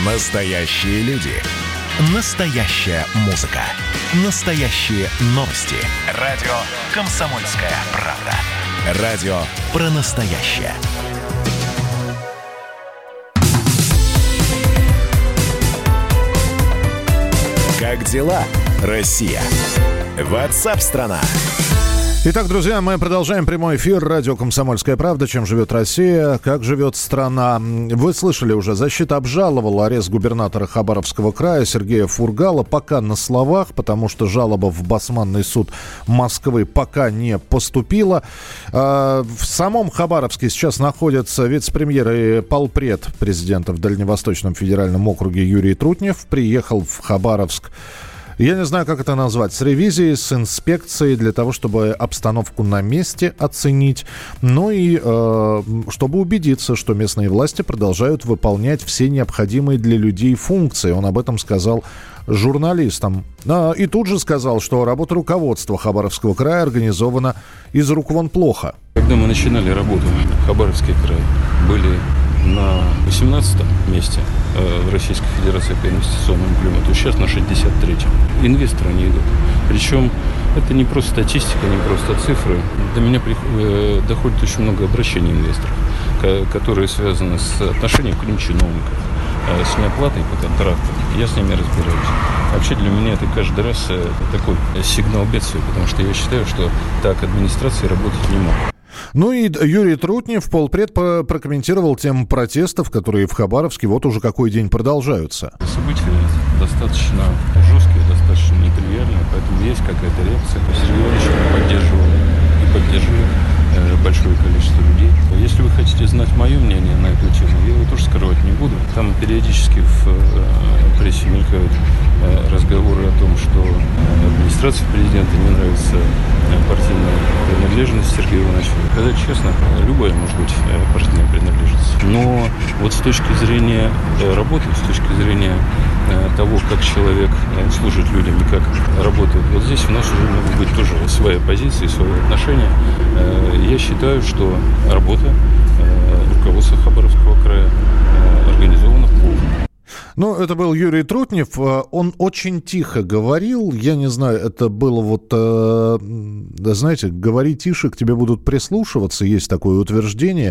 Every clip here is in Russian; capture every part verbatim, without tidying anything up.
Настоящие люди. Настоящая музыка. Настоящие новости. Радио «Комсомольская правда». Радио про настоящее. Как дела, Россия? Ватсап-страна! Итак, друзья, мы продолжаем прямой эфир. Радио «Комсомольская правда». Чем живет Россия? Как живет страна? Вы слышали уже, защита обжаловала арест губернатора Хабаровского края Сергея Фургала. Пока на словах, потому что жалоба в Басманный суд Москвы пока не поступила. В самом Хабаровске сейчас находятся вице-премьер и полпред президента в Дальневосточном федеральном округе Юрий Трутнев. Приехал в Хабаровск, я не знаю, как это назвать, с ревизией, с инспекцией, для того, чтобы обстановку на месте оценить, ну и э, чтобы убедиться, что местные власти продолжают выполнять все необходимые для людей функции. Он об этом сказал журналистам. А, и тут же сказал, что работа руководства Хабаровского края организована из рук вон плохо. Когда мы начинали работу в Хабаровский край, были на восемнадцатом месте э, в Российской Федерации по инвестиционному климату, сейчас на шестьдесят третьем. Инвесторы не идут. Причем это не просто статистика, не просто цифры. До меня при, э, доходит очень много обращений инвесторов, к, которые связаны с отношением к ним чиновников, э, с неоплатой по контрактам. Я с ними разбираюсь. Вообще для меня это каждый раз э, такой сигнал бедствия, потому что я считаю, что так администрации работать не могут. Ну и Юрий Трутнев, полпред, прокомментировал тему протестов, которые в Хабаровске вот уже какой день продолжаются. События достаточно жесткие, достаточно нетривиальные, поэтому есть какая-то реакция. Сергей Иванович поддерживал и поддерживает э, большое количество людей. Если вы хотите знать мое мнение на эту тему, я его тоже скрывать не буду. Там периодически в э, прессе мелькают э, разговоры о том, что администрации президента не нравится э, партийная принадлежность Сергея Ивановича. Сказать честно, любая может быть э, партийная принадлежность. Но вот с точки зрения э, работы, с точки зрения э, того, как человек э, служит людям и как работает, вот здесь у нас уже могут быть тоже свои позиции, свои отношения. Э, я считаю, что работа э, руководства Хабаровского края э, организована плохо. Ну, это был Юрий Трутнев. Он очень тихо говорил. Я не знаю, это было вот... Э, да, знаете, говори тише, к тебе будут прислушиваться. Есть такое утверждение.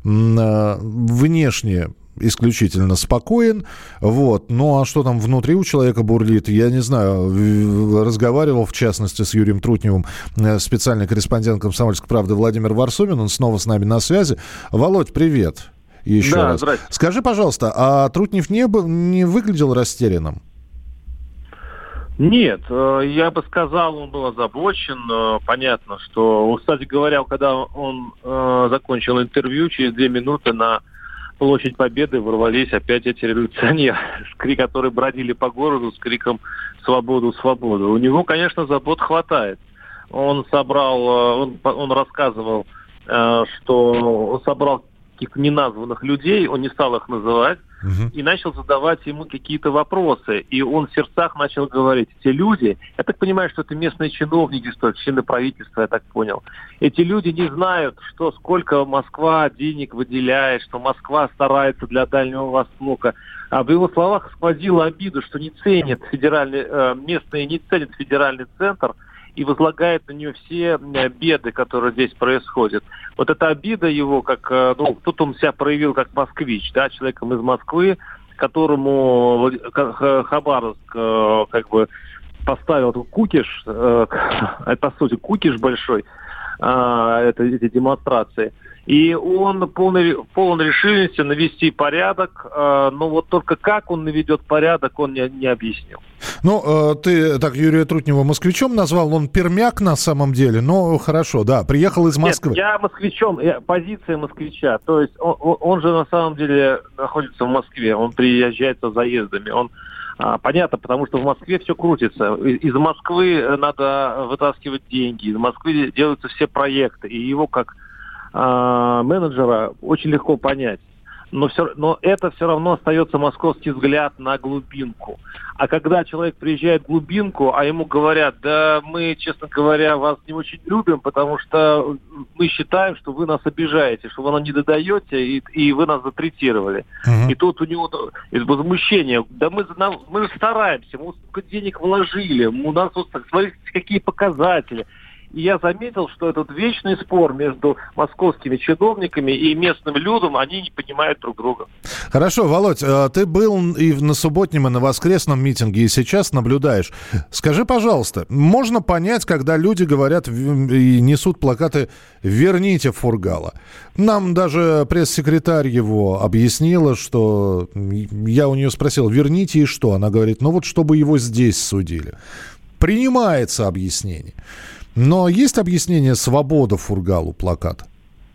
Э, внешне исключительно спокоен. Вот. Ну, а что там внутри у человека бурлит, я не знаю. Разговаривал, в частности, с Юрием Трутневым специальный корреспондент «Комсомольской правды» Владимир Варсобин. Он снова с нами на связи. Володь, привет. Еще да, раз. Здрасте. Скажи, пожалуйста, а Трутнев не, был, не выглядел растерянным? Нет, я бы сказал, он был озабочен. Понятно, что, кстати говоря, когда он э, закончил интервью, через две минуты на площадь Победы ворвались опять эти революционеры, которые бродили по городу с криком «Свободу, свободу». У него, конечно, забот хватает. Он собрал, он, он рассказывал, э, что он собрал каких-то неназванных людей, он не стал их называть, uh-huh. и начал задавать ему какие-то вопросы. И он в сердцах начал говорить: эти люди, я так понимаю, что это местные чиновники, что это члены правительства, я так понял. Эти люди не знают, что сколько Москва денег выделяет, что Москва старается для Дальнего Востока. А в его словах сквозила обида, что не ценит федеральный, э, местные не ценят федеральный центр, и возлагает на нее все беды, которые здесь происходят. Вот эта обида его, как, ну, тут он себя проявил как москвич, да, человеком из Москвы, которому Хабаровск как бы поставил кукиш, это по сути кукиш большой, это, эти демонстрации. И он полный, полон решимости навести порядок, э, но вот только как он наведет порядок, он не, не объяснил. Ну, э, ты так Юрия Трутнева москвичом назвал, он пермяк на самом деле, но хорошо, да, приехал из Москвы. Нет, я москвичом, я, позиция москвича, то есть он, он, он же на самом деле находится в Москве, он приезжает со заездами, он а, понятно, потому что в Москве все крутится. Из Москвы надо вытаскивать деньги, из Москвы делаются все проекты, и его как менеджера очень легко понять. но, все, но это все равно остается московский взгляд на глубинку. А когда человек приезжает в глубинку, а ему говорят, да мы, честно говоря, вас не очень любим, потому что мы считаем, что вы нас обижаете, что вы нам не додаете, и, и вы нас затретировали. Uh-huh. И тут у него возмущение. Да мы, мы же стараемся, мы столько денег вложили, у нас вот смотрите, какие показатели. И я заметил, что этот вечный спор между московскими чиновниками и местным людом, они не понимают друг друга. Хорошо, Володь, ты был и на субботнем, и на воскресном митинге, и сейчас наблюдаешь. Скажи, пожалуйста, можно понять, когда люди говорят и несут плакаты «Верните Фургала». Нам даже пресс-секретарь его объяснила, что... Я у нее спросил, верните и что? Она говорит, ну вот чтобы его здесь судили. Принимается объяснение. Но есть объяснение «Свобода Фургалу» плаката?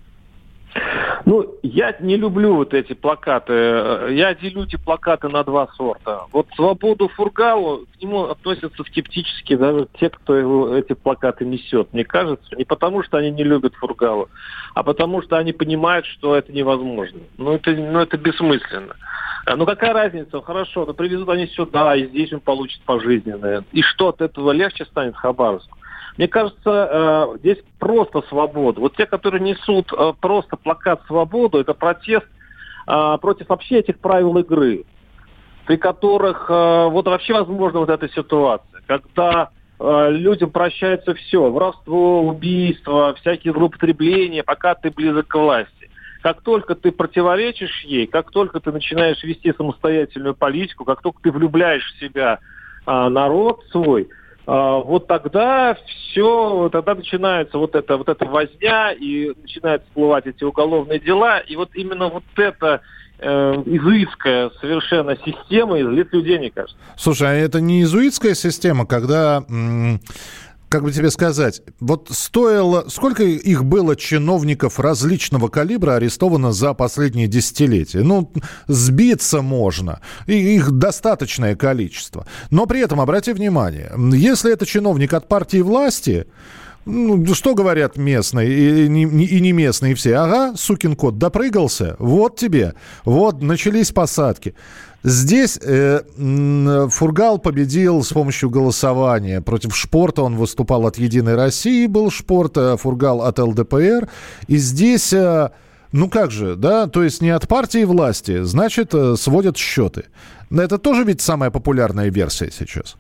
Ну, я не люблю вот эти плакаты. Я делю эти плакаты на два сорта. Вот «Свободу Фургалу» к нему относятся скептически даже те, кто его, эти плакаты несет, мне кажется. Не потому, что они не любят Фургалу, а потому, что они понимают, что это невозможно. Ну, это, ну, это бессмысленно. Ну, какая разница? Хорошо, но привезут они сюда, и здесь он получит пожизненное. И что, от этого легче станет Хабаровску? Мне кажется, здесь просто свобода. Вот те, которые несут просто плакат «Свободу», это протест против вообще этих правил игры, при которых вот вообще возможна вот эта ситуация, когда людям прощается все, воровство, убийство, всякие злоупотребления, пока ты близок к власти. Как только ты противоречишь ей, как только ты начинаешь вести самостоятельную политику, как только ты влюбляешь в себя народ свой, вот тогда все, тогда начинается вот эта, вот эта возня, и начинают всплывать эти уголовные дела, и вот именно вот эта э, изуитская совершенно система излит людей, мне кажется. Слушай, а это не изуитская система, когда... М- Как бы тебе сказать, вот стоило... Сколько их было чиновников различного калибра арестовано за последние десятилетия? Ну, сбиться можно. И их достаточное количество. Но при этом, обрати внимание, если это чиновник от партии власти... Ну, что говорят местные и не, и не местные все? Ага, сукин кот, допрыгался, вот тебе, вот начались посадки. Здесь э, Фургал победил с помощью голосования. Против Шпорта он выступал от «Единой России», был Шпорт, а Фургал от эл дэ пэ эр. И здесь, э, ну как же, да, то есть не от партии власти, значит, э, сводят счеты. Это тоже ведь самая популярная версия сейчас.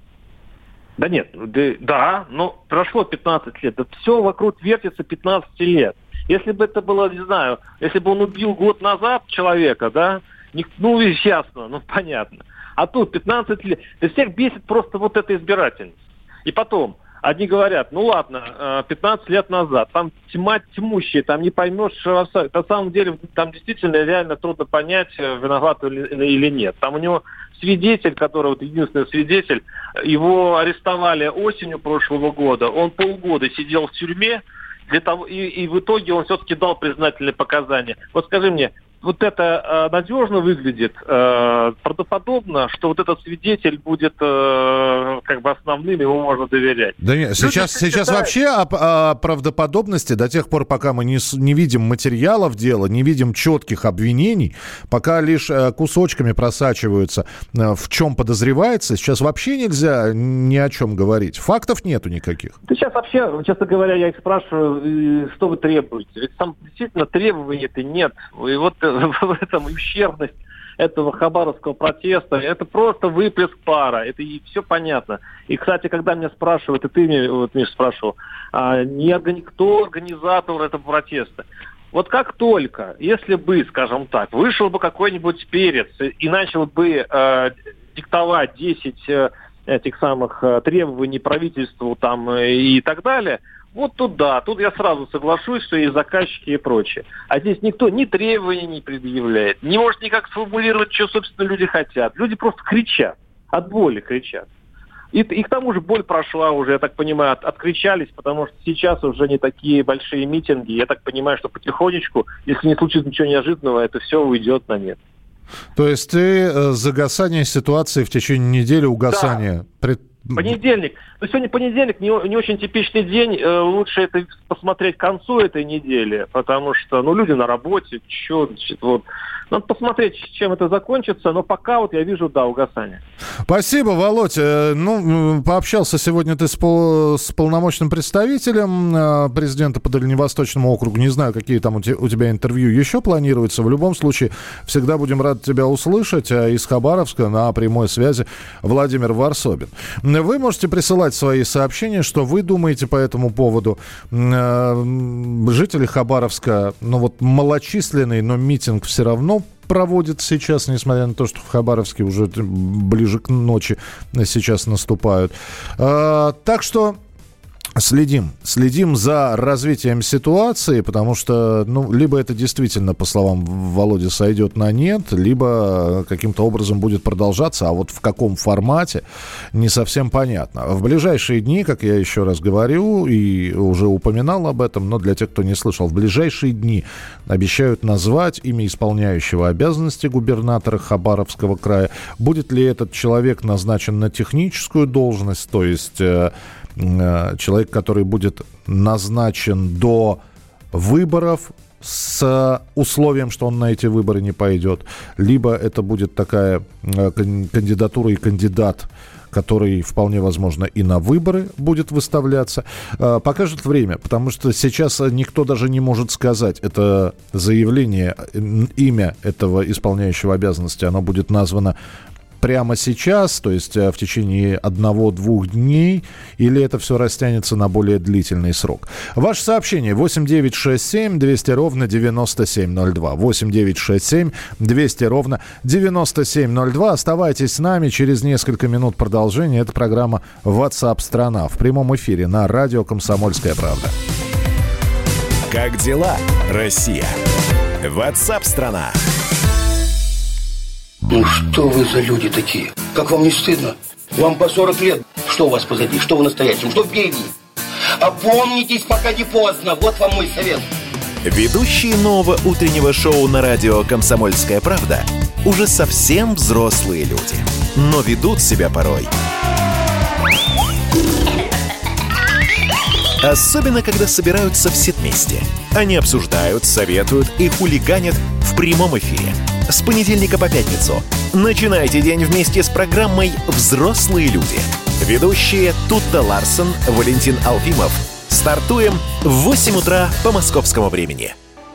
Да нет, да, да, но прошло пятнадцать лет. Да все вокруг вертится пятнадцать лет. Если бы это было, не знаю, если бы он убил год назад человека, да, ну, ясно, ну, понятно. А тут пятнадцать лет. Да всех бесит просто вот эта избирательность. И потом, одни говорят, ну ладно, пятнадцать лет назад, там тьма тьмущая, там не поймешь, что на самом деле там действительно реально трудно понять, виноват или нет. Там у него свидетель, который вот единственный свидетель, его арестовали осенью прошлого года, он полгода сидел в тюрьме, для того, и, и в итоге он все-таки дал признательные показания. Вот скажи мне, вот это э, надежно выглядит, э, правдоподобно, что вот этот свидетель будет э, как бы основным, ему можно доверять. Да нет, сейчас, сейчас вообще о, о правдоподобности до тех пор, пока мы не, не видим материалов дела, не видим четких обвинений, пока лишь э, кусочками просачиваются, э, в чем подозревается, сейчас вообще нельзя ни о чем говорить. Фактов нету никаких. Да сейчас вообще, честно говоря, я их спрашиваю, что вы требуете? Ведь там действительно требований-то нет. И вот в этом ущербность этого хабаровского протеста, это просто выплеск пара, это и все понятно. И, кстати, когда меня спрашивают, и ты меня, вот, Миш, спрашивал, а, не органи... кто организатор этого протеста? Вот как только, если бы, скажем так, вышел бы какой-нибудь перец и начал бы э, диктовать десять э, этих самых э, требований правительству там, э, и так далее, вот тут да, тут я сразу соглашусь, что есть заказчики и прочее. А здесь никто ни требований не предъявляет, не может никак сформулировать, что, собственно, люди хотят. Люди просто кричат, от боли кричат. И, и к тому же боль прошла уже, я так понимаю, от, откричались, потому что сейчас уже не такие большие митинги. Я так понимаю, что потихонечку, если не случится ничего неожиданного, это все уйдет на нет. То есть ты за гасание ситуации в течение недели, угасания... Да. Пред... Понедельник. Ну, сегодня понедельник, не, не очень типичный день. Лучше это посмотреть к концу этой недели, потому что, ну, люди на работе, что, значит, вот. Надо посмотреть, чем это закончится, но пока вот я вижу, да, угасание. Спасибо, Володь. Ну, пообщался сегодня ты с, пол, с полномочным представителем президента по Дальневосточному округу. Не знаю, какие там у, те, у тебя интервью еще планируются. В любом случае, всегда будем рады тебя услышать. А из Хабаровска на прямой связи Владимир Варсобин. Вы можете присылать свои сообщения, что вы думаете по этому поводу. Жители Хабаровска, ну вот малочисленный, но митинг все равно проводят сейчас, несмотря на то, что в Хабаровске уже ближе к ночи сейчас наступают. А, так что следим, следим за развитием ситуации, потому что, ну, либо это действительно, по словам Володи, сойдет на нет, либо каким-то образом будет продолжаться, а вот в каком формате, не совсем понятно. В ближайшие дни, как я еще раз говорю и уже упоминал об этом, но для тех, кто не слышал, в ближайшие дни обещают назвать имя исполняющего обязанности губернатора Хабаровского края. Будет ли этот человек назначен на техническую должность, то есть человек, который будет назначен до выборов с условием, что он на эти выборы не пойдет, либо это будет такая кандидатура и кандидат, который вполне возможно и на выборы будет выставляться, покажет время, потому что сейчас никто даже не может сказать, это заявление, имя этого исполняющего обязанности, оно будет названо прямо сейчас, то есть в течение одного-двух дней, или это все растянется на более длительный срок. Ваше сообщение восемь девятьсот шестьдесят семь двести ровно девяносто семь ноль два. восемь девятьсот шестьдесят семь двести ровно девяносто семь ноль два. Оставайтесь с нами, через несколько минут продолжение. Это программа WhatsApp страна в прямом эфире на радио «Комсомольская правда». Как дела, Россия? WhatsApp страна. Ну что вы за люди такие? Как вам не стыдно? Вам по сорок лет. Что у вас позади? Что в настоящем? Что впереди? Опомнитесь, пока не поздно. Вот вам мой совет. Ведущие нового утреннего шоу на радио «Комсомольская правда» уже совсем взрослые люди. Но ведут себя порой. Особенно, когда собираются все вместе. Они обсуждают, советуют и хулиганят в прямом эфире. С понедельника по пятницу. Начинайте день вместе с программой «Взрослые люди». Ведущие Тутта Ларсон, Валентин Алфимов. Стартуем в восемь утра по московскому времени.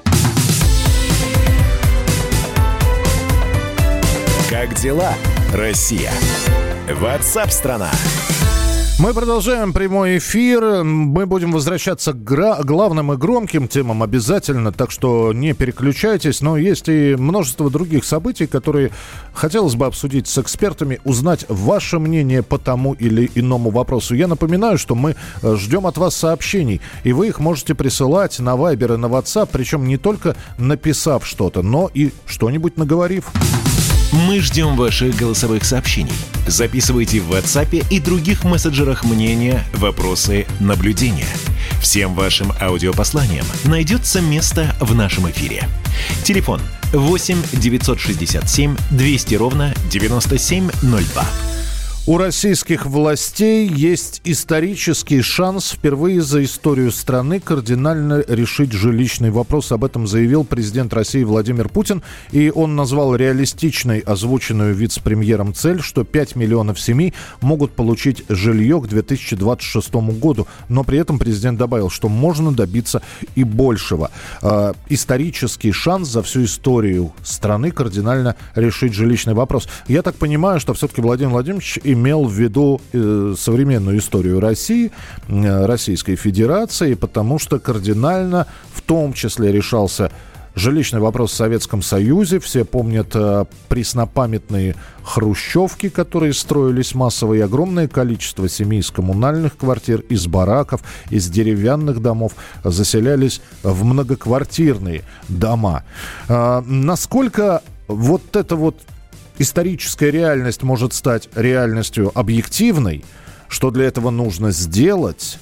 Как дела, Россия? WhatsApp страна. Мы продолжаем прямой эфир. Мы будем возвращаться к гра- главным и громким темам обязательно, так что не переключайтесь. Но есть и множество других событий, которые хотелось бы обсудить с экспертами, узнать ваше мнение по тому или иному вопросу. Я напоминаю, что мы ждем от вас сообщений, и вы их можете присылать на Viber и на WhatsApp, причем не только написав что-то, но и что-нибудь наговорив. Мы ждем ваших голосовых сообщений. Записывайте в WhatsApp и других мессенджерах мнения, вопросы, наблюдения. Всем вашим аудиопосланиям найдется место в нашем эфире. Телефон восемь девятьсот шестьдесят семь двести ровно девяносто семь ноль два. У российских властей есть исторический шанс впервые за историю страны кардинально решить жилищный вопрос. Об этом заявил президент России Владимир Путин. И он назвал реалистичной озвученную вице-премьером цель, что пять миллионов семей могут получить жилье к две тысячи двадцать шестому году. Но при этом президент добавил, что можно добиться и большего. Э, исторический шанс за всю историю страны кардинально решить жилищный вопрос. Я так понимаю, что все-таки Владимир Владимирович имел в виду э, современную историю России, э, Российской Федерации, потому что кардинально в том числе решался жилищный вопрос в Советском Союзе. Все помнят э, преснопамятные хрущевки, которые строились массово, и огромное количество семей из коммунальных квартир, из бараков, из деревянных домов заселялись в многоквартирные дома. Э, насколько вот это вот историческая реальность может стать реальностью объективной, что для этого нужно сделать?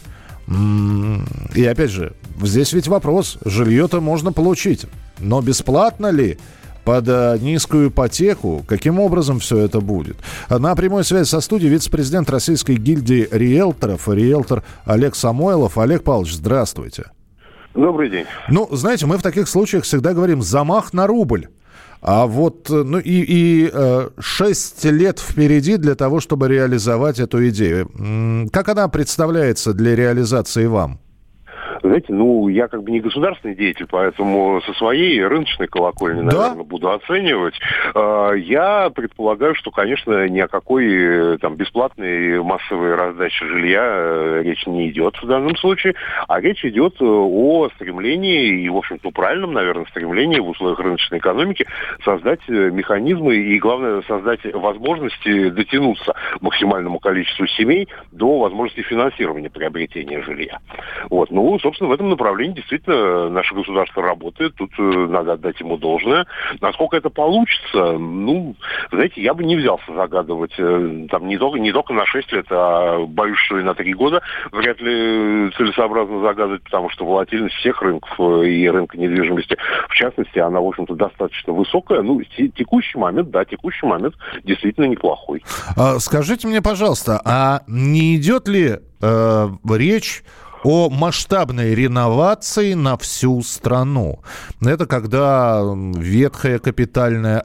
И опять же, здесь ведь вопрос, жилье-то можно получить, но бесплатно ли? под э, низкую ипотеку. Каким образом все это будет? На прямой связи со студией вице-президент Российской гильдии риэлторов, риэлтор Олег Самойлов. Олег Павлович, здравствуйте. Добрый день. Ну, знаете, мы в таких случаях всегда говорим «замах на рубль». А вот, ну и, и э, шесть лет впереди для того, чтобы реализовать эту идею. Как она представляется для реализации вам? Знаете, ну, я как бы не государственный деятель, поэтому со своей рыночной колокольни, наверное, да? буду оценивать. Я предполагаю, что, конечно, ни о какой там бесплатной массовой раздаче жилья речь не идет в данном случае, а речь идет о стремлении, и, в общем-то, правильном, наверное, стремлении в условиях рыночной экономики создать механизмы и, главное, создать возможности дотянуться максимальному количеству семей до возможности финансирования приобретения жилья. Вот, ну, собственно, в этом направлении действительно наше государство работает. Тут э, надо отдать ему должное. Насколько это получится, ну, знаете, я бы не взялся загадывать э, там не только, не только на шесть лет, а боюсь, что и на три года вряд ли целесообразно загадывать, потому что волатильность всех рынков э, и рынка недвижимости, в частности, она, в общем-то, достаточно высокая. Ну, текущий момент, да, текущий момент действительно неплохой. А, скажите мне, пожалуйста, а не идет ли э, речь о масштабной реновации на всю страну? Это когда ветхое капитальное,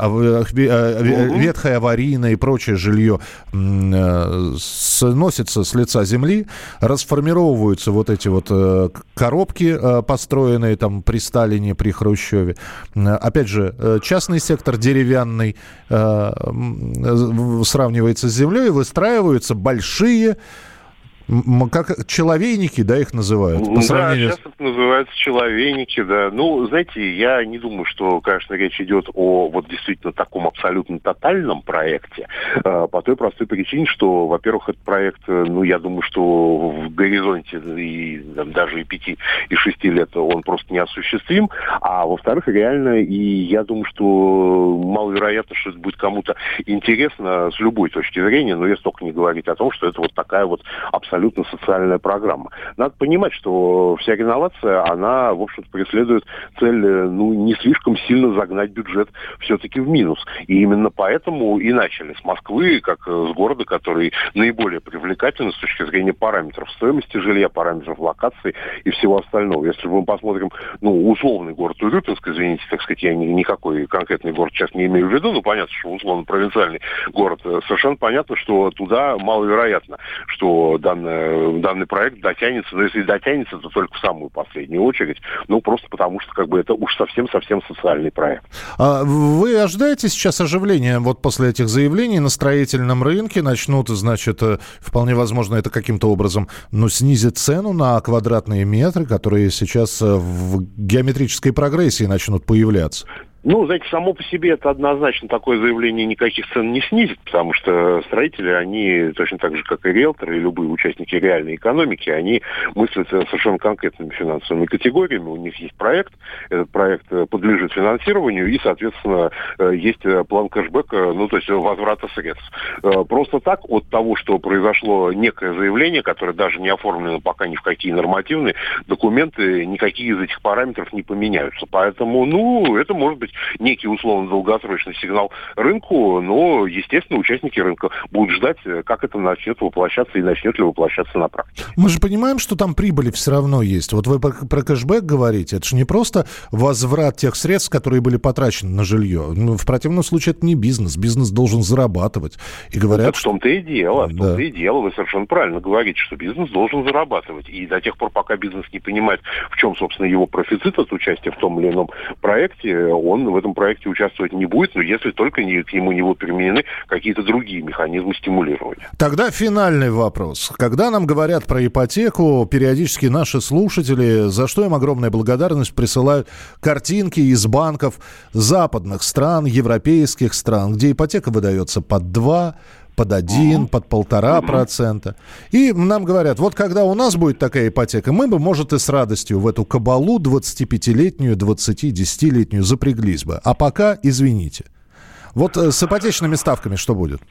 ветхое аварийное и прочее жилье сносится с лица земли, расформировываются вот эти вот коробки, построенные там при Сталине, при Хрущеве. Опять же, частный сектор деревянный сравнивается с землей, выстраиваются большие, как человейники, да, их называют? По да, сравнению... сейчас это называются человейники, да. Ну, знаете, я не думаю, что, конечно, речь идет о вот действительно таком абсолютно тотальном проекте, э, по той простой причине, что, во-первых, этот проект, ну, я думаю, что в горизонте и там, даже и пяти, и шести лет он просто неосуществим, а во-вторых, реально, и я думаю, что маловероятно, что это будет кому-то интересно с любой точки зрения, но если только не говорить о том, что это вот такая вот абсолютно абсолютно социальная программа. Надо понимать, что вся реновация, она, в общем-то, преследует цель, ну, не слишком сильно загнать бюджет все-таки в минус. И именно поэтому и начали с Москвы, как с города, который наиболее привлекательный с точки зрения параметров стоимости жилья, параметров локации и всего остального. Если мы посмотрим, ну, условный город Урюпинск, извините, так сказать, я ни, никакой конкретный город сейчас не имею в виду, но понятно, что условно провинциальный город, совершенно понятно, что туда маловероятно, что данный данный проект дотянется, но если дотянется, то только в самую последнюю очередь, ну, просто потому что, как бы, это уж совсем-совсем социальный проект. А вы ожидаете сейчас оживления вот после этих заявлений на строительном рынке? Начнут, значит, вполне возможно, это каким-то образом, ну, снизит цену на квадратные метры, которые сейчас в геометрической прогрессии начнут появляться? Ну, знаете, само по себе это однозначно такое заявление никаких цен не снизит, потому что строители, они точно так же, как и риэлторы, и любые участники реальной экономики, они мыслят совершенно конкретными финансовыми категориями. У них есть проект, этот проект подлежит финансированию, и, соответственно, есть план кэшбэка, ну, то есть возврата средств. Просто так от того, что произошло некое заявление, которое даже не оформлено пока ни в какие нормативные документы, никакие из этих параметров не поменяются. Поэтому, ну, это может быть некий условно-долгосрочный сигнал рынку, но, естественно, участники рынка будут ждать, как это начнет воплощаться и начнет ли воплощаться на практике. Мы же понимаем, что там прибыли все равно есть. Вот вы про кэшбэк говорите, это же не просто возврат тех средств, которые были потрачены на жилье. Ну, в противном случае это не бизнес. Бизнес должен зарабатывать. И говорят, что... В том-то и дело. В том-то да. и дело. Вы совершенно правильно говорите, что бизнес должен зарабатывать. И до тех пор, пока бизнес не понимает, в чем, собственно, его профицит от участия в том или ином проекте, он в этом проекте участвовать не будет, но если только не, к нему не будут применены какие-то другие механизмы стимулирования. Тогда финальный вопрос. Когда нам говорят про ипотеку, периодически наши слушатели, за что им огромная благодарность, присылают картинки из банков западных стран, европейских стран, где ипотека выдается под два, под один, uh-huh. под полтора uh-huh. процента. И нам говорят, вот когда у нас будет такая ипотека, мы бы, может, и с радостью в эту кабалу двадцатипятилетнюю, двадцати-десятилетнюю запряглись бы. А пока, извините. Вот с ипотечными ставками что будет?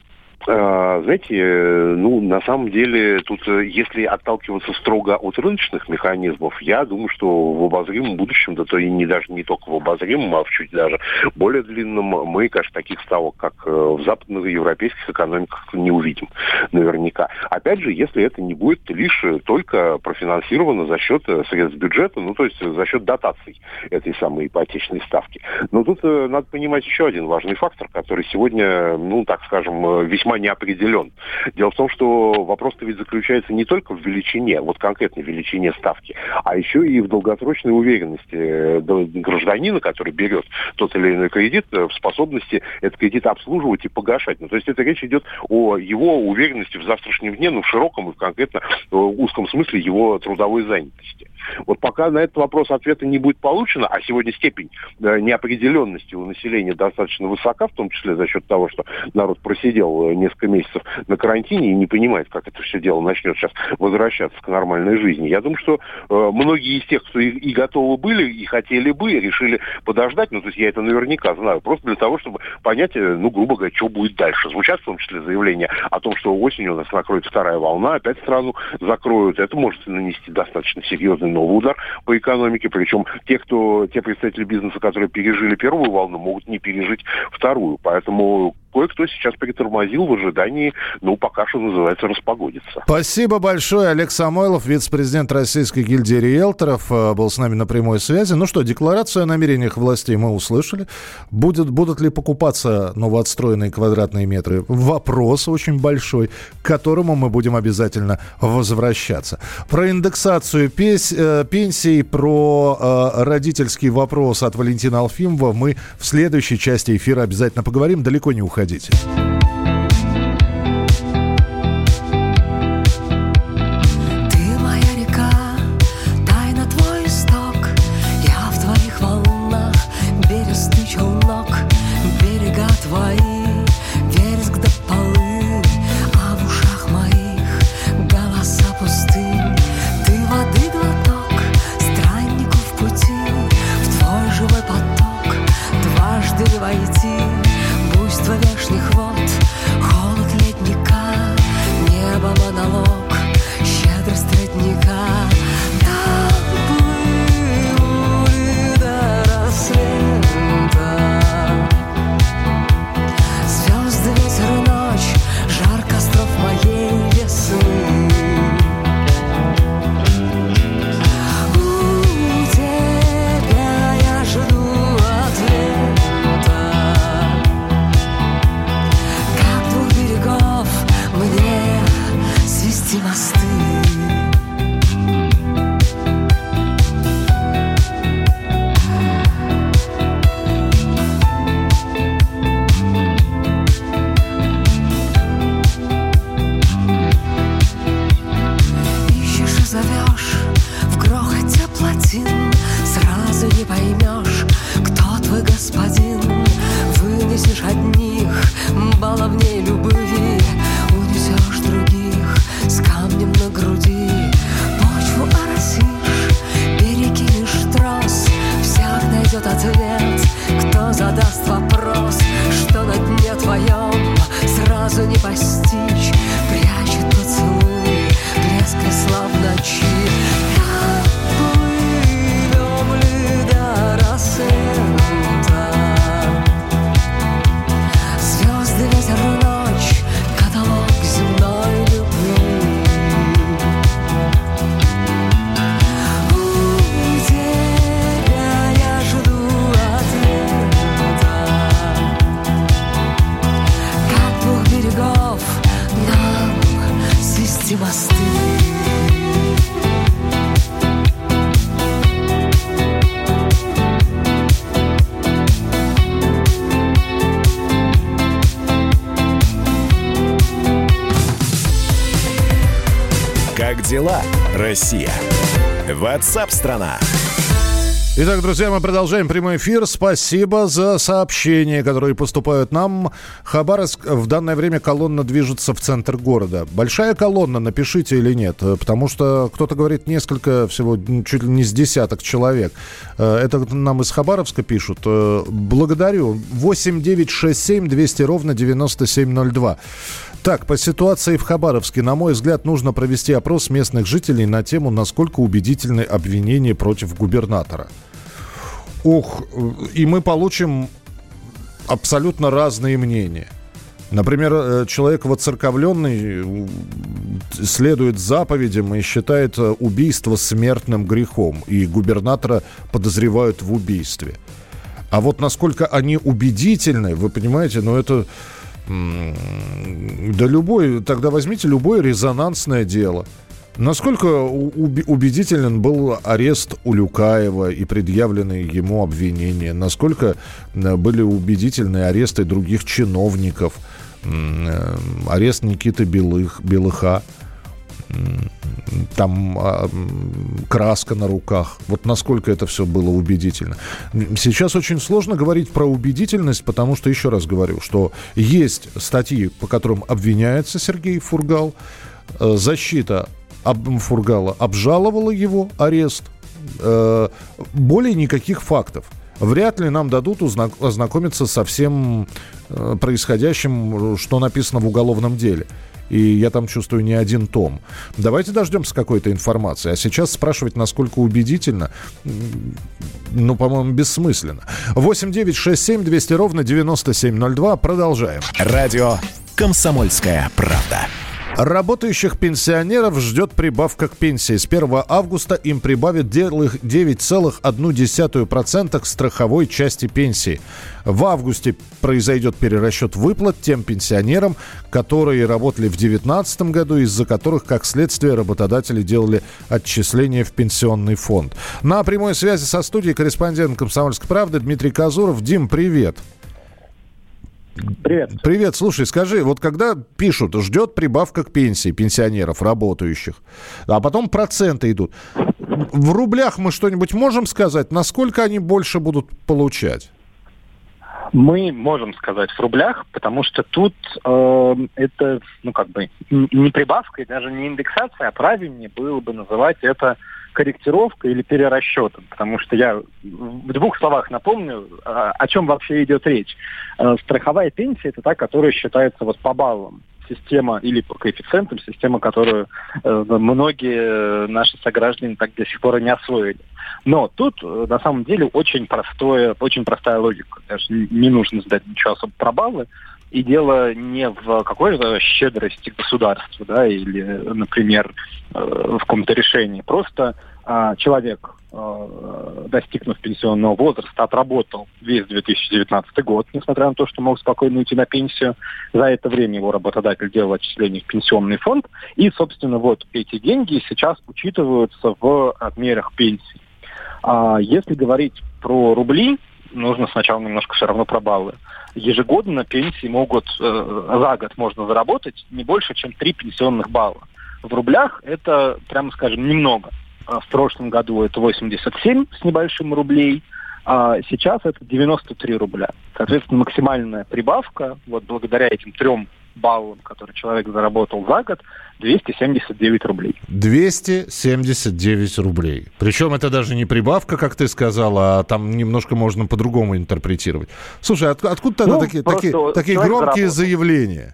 Знаете, ну, на самом деле, тут, если отталкиваться строго от рыночных механизмов, я думаю, что в обозримом будущем, да то и не даже не только в обозримом, а в чуть даже более длинном, мы, конечно, таких ставок, как в западноевропейских экономиках, не увидим наверняка. Опять же, если это не будет лишь только профинансировано за счет средств бюджета, ну, то есть за счет дотаций этой самой ипотечной ставки. Но тут надо понимать еще один важный фактор, который сегодня, ну, так скажем, весьма не определен. Дело в том, что вопрос-то ведь заключается не только в величине, вот конкретной величине ставки, а еще и в долгосрочной уверенности гражданина, который берет тот или иной кредит, в способности этот кредит обслуживать и погашать. Ну, то есть это речь идет о его уверенности в завтрашнем дне, ну, в широком и в конкретно узком смысле его трудовой занятости. Вот пока на этот вопрос ответа не будет получено, а сегодня степень э, неопределенности у населения достаточно высока, в том числе за счет того, что народ просидел несколько месяцев на карантине и не понимает, как это все дело начнет сейчас возвращаться к нормальной жизни. Я думаю, что э, многие из тех, кто и, и готовы были, и хотели бы, решили подождать, ну, то есть я это наверняка знаю, просто для того, чтобы понять, ну, грубо говоря, что будет дальше. Звучат в том числе заявления о том, что осенью у нас накроет вторая волна, опять страну закроют. Это может нанести достаточно серьезный новый удар по экономике, причем те, кто, те представители бизнеса, которые пережили первую волну, могут не пережить вторую. Поэтому кое-кто сейчас притормозил в ожидании, ну, пока что называется, распогодиться. Спасибо большое. Олег Самойлов, вице-президент Российской гильдии риэлторов, был с нами на прямой связи. Ну что, декларацию о намерениях властей мы услышали. Будет, будут ли покупаться новоотстроенные квадратные метры? Вопрос очень большой, к которому мы будем обязательно возвращаться. Про индексацию пес, э, пенсий, про э, родительский вопрос от Валентина Алфимова мы в следующей части эфира обязательно поговорим. Далеко не уходите. Как дела, Россия? WhatsApp-страна. Итак, друзья, мы продолжаем прямой эфир. Спасибо за сообщения, которые поступают нам. Хабаровск, в данное время колонна движется в центр города. Большая колонна, напишите или нет, потому что кто-то говорит несколько, всего чуть ли не с десяток человек. Это нам из Хабаровска пишут. Благодарю. восемь девятьсот шестьдесят семь двести ровно девяносто семь ноль два. Так, по ситуации в Хабаровске, на мой взгляд, нужно провести опрос местных жителей на тему, насколько убедительны обвинения против губернатора. Ух, и мы получим абсолютно разные мнения. Например, человек воцерковленный следует заповедям и считает убийство смертным грехом, и губернатора подозревают в убийстве. А вот насколько они убедительны, вы понимаете, ну это... Да любой, тогда возьмите любое резонансное дело. Насколько убедителен был арест Улюкаева и предъявленные ему обвинения? Насколько были убедительны аресты других чиновников? Арест Никиты Белых, Белыха? Там а, краска на руках. Вот насколько это все было убедительно. Сейчас очень сложно говорить про убедительность, потому что, еще раз говорю, что есть статьи, по которым обвиняется Сергей Фургал. Защита Фургала обжаловала его арест. Более никаких фактов. Вряд ли нам дадут узна- ознакомиться со всем происходящим, что написано в уголовном деле. И я там чувствую не один том. Давайте дождемся какой-то информации. А сейчас спрашивать, насколько убедительно, ну, по-моему, бессмысленно. восемь девятьсот шестьдесят семь двести ровно девяносто семь ноль два. Продолжаем. Радио «Комсомольская правда». Работающих пенсионеров ждет прибавка к пенсии. С первого августа им прибавят девять целых одна десятая процента к страховой части пенсии. В августе произойдет перерасчет выплат тем пенсионерам, которые работали в две тысячи девятнадцатом году, из-за которых, как следствие, работодатели делали отчисления в пенсионный фонд. На прямой связи со студией корреспондент «Комсомольской правды» Дмитрий Казуров. Дим, привет. Привет. Привет. Слушай, скажи, вот когда пишут, ждет прибавка к пенсии пенсионеров, работающих, а потом проценты идут, в рублях мы что-нибудь можем сказать, насколько они больше будут получать? Мы можем сказать в рублях, потому что тут э, это, ну, как бы, не прибавка и даже не индексация, а правильнее было бы называть это корректировкой или перерасчетом, потому что я в двух словах напомню, о чем вообще идет речь. Страховая пенсия – это та, которая считается вот по баллам. Система или по коэффициентам, система, которую э, многие наши сограждане так до сих пор и не освоили. Но тут на самом деле очень простое, очень простая логика. Даже не нужно сдать ничего особо про баллы. И дело не в какой-то щедрости государства, да, или, например, в каком-то решении. Просто а, человек, а, достигнув пенсионного возраста, отработал весь две тысячи девятнадцатый год, несмотря на то, что мог спокойно уйти на пенсию. За это время его работодатель делал отчисления в пенсионный фонд. И, собственно, вот эти деньги сейчас учитываются в размерах пенсии. А если говорить про рубли, нужно сначала немножко все равно про баллы. Ежегодно пенсии могут, э, за год можно заработать не больше, чем три пенсионных балла. В рублях это, прямо скажем, немного. В прошлом году это восемьдесят семь с небольшим рублей, а сейчас это девяносто три рубля. Соответственно, максимальная прибавка, вот благодаря этим трем баллам, которые человек заработал за год, двести семьдесят девять рублей. двести семьдесят девять рублей. Причем это даже не прибавка, как ты сказала, а там немножко можно по-другому интерпретировать. Слушай, от, откуда тогда ну, такие, такие, такие громкие заработал. заявления?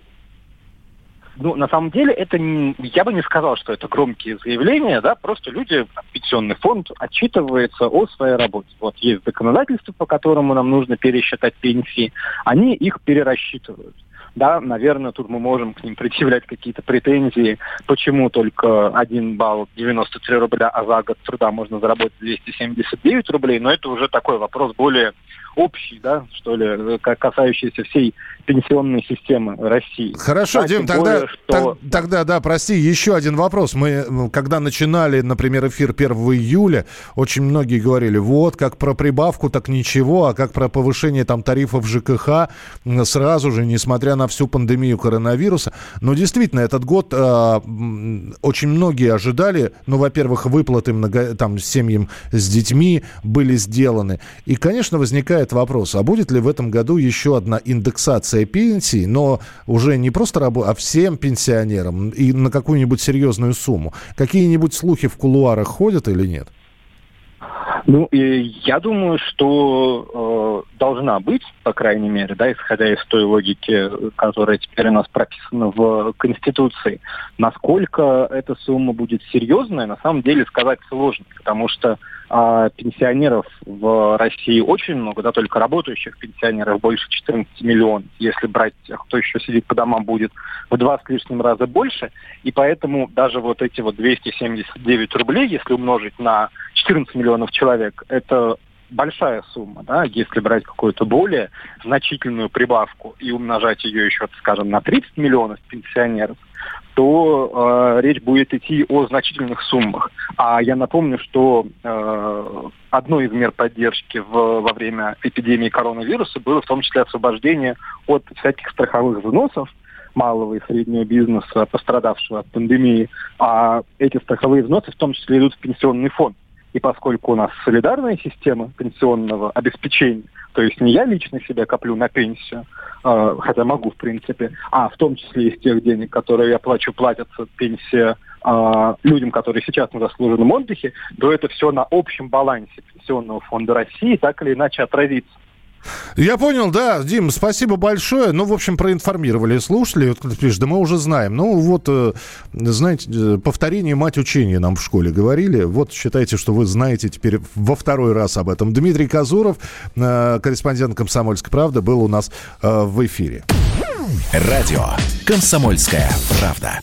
Ну, на самом деле, это не, я бы не сказал, что это громкие заявления, да, просто люди, пенсионный фонд отчитывается о своей работе. Вот есть законодательство, по которому нам нужно пересчитать пенсии, они их перерасчитывают. Да, наверное, тут мы можем к ним предъявлять какие-то претензии, почему только один балл девяносто три рубля, а за год труда можно заработать двести семьдесят девять рублей, но это уже такой вопрос более общий, да, что ли, касающийся всей пенсионной системы России. Хорошо, да, Дим, тогда, более, что... так, тогда, да, прости, еще один вопрос. Мы, когда начинали, например, эфир первого июля, очень многие говорили, вот, как про прибавку, так ничего, а как про повышение там тарифов ЖКХ, сразу же, несмотря несмотря на всю пандемию коронавируса. Но действительно, этот год э, очень многие ожидали, ну, во-первых, выплаты много, там, семьям с детьми были сделаны. И, конечно, возникает вопрос, а будет ли в этом году еще одна индексация пенсий, но уже не просто рабочим, а всем пенсионерам и на какую-нибудь серьезную сумму? Какие-нибудь слухи в кулуарах ходят или нет? Ну, и я думаю, что э, должна быть, по крайней мере, да, исходя из той логики, которая теперь у нас прописана в Конституции. Насколько эта сумма будет серьезная, на самом деле сказать сложно, потому что э, пенсионеров в России очень много, да, только работающих пенсионеров больше четырнадцати миллионов. Если брать тех, кто еще сидит по домам, будет в два с лишним раза больше. И поэтому даже вот эти вот двести семьдесят девять рублей, если умножить на четырнадцать миллионов человек, это большая сумма, да, если брать какую-то более значительную прибавку и умножать ее еще, скажем, на тридцать миллионов пенсионеров, то э, речь будет идти о значительных суммах. А я напомню, что э, одной из мер поддержки в, во время эпидемии коронавируса было в том числе освобождение от всяких страховых взносов малого и среднего бизнеса, пострадавшего от пандемии. А эти страховые взносы в том числе идут в пенсионный фонд. И поскольку у нас солидарная система пенсионного обеспечения, то есть не я лично себе коплю на пенсию, э, хотя могу, в принципе, а в том числе из тех денег, которые я плачу, платятся пенсия э, людям, которые сейчас на заслуженном отдыхе, то это все на общем балансе Пенсионного фонда России так или иначе отразится. Я понял, да, Дим, спасибо большое. Ну, в общем, проинформировали слушателей. Вот, ты пишешь, да мы уже знаем. Ну, вот, знаете, повторение мать учения нам в школе говорили. Вот, считайте, что вы знаете теперь во второй раз об этом. Дмитрий Казуров, корреспондент «Комсомольской правды», был у нас в эфире. Радио «Комсомольская правда».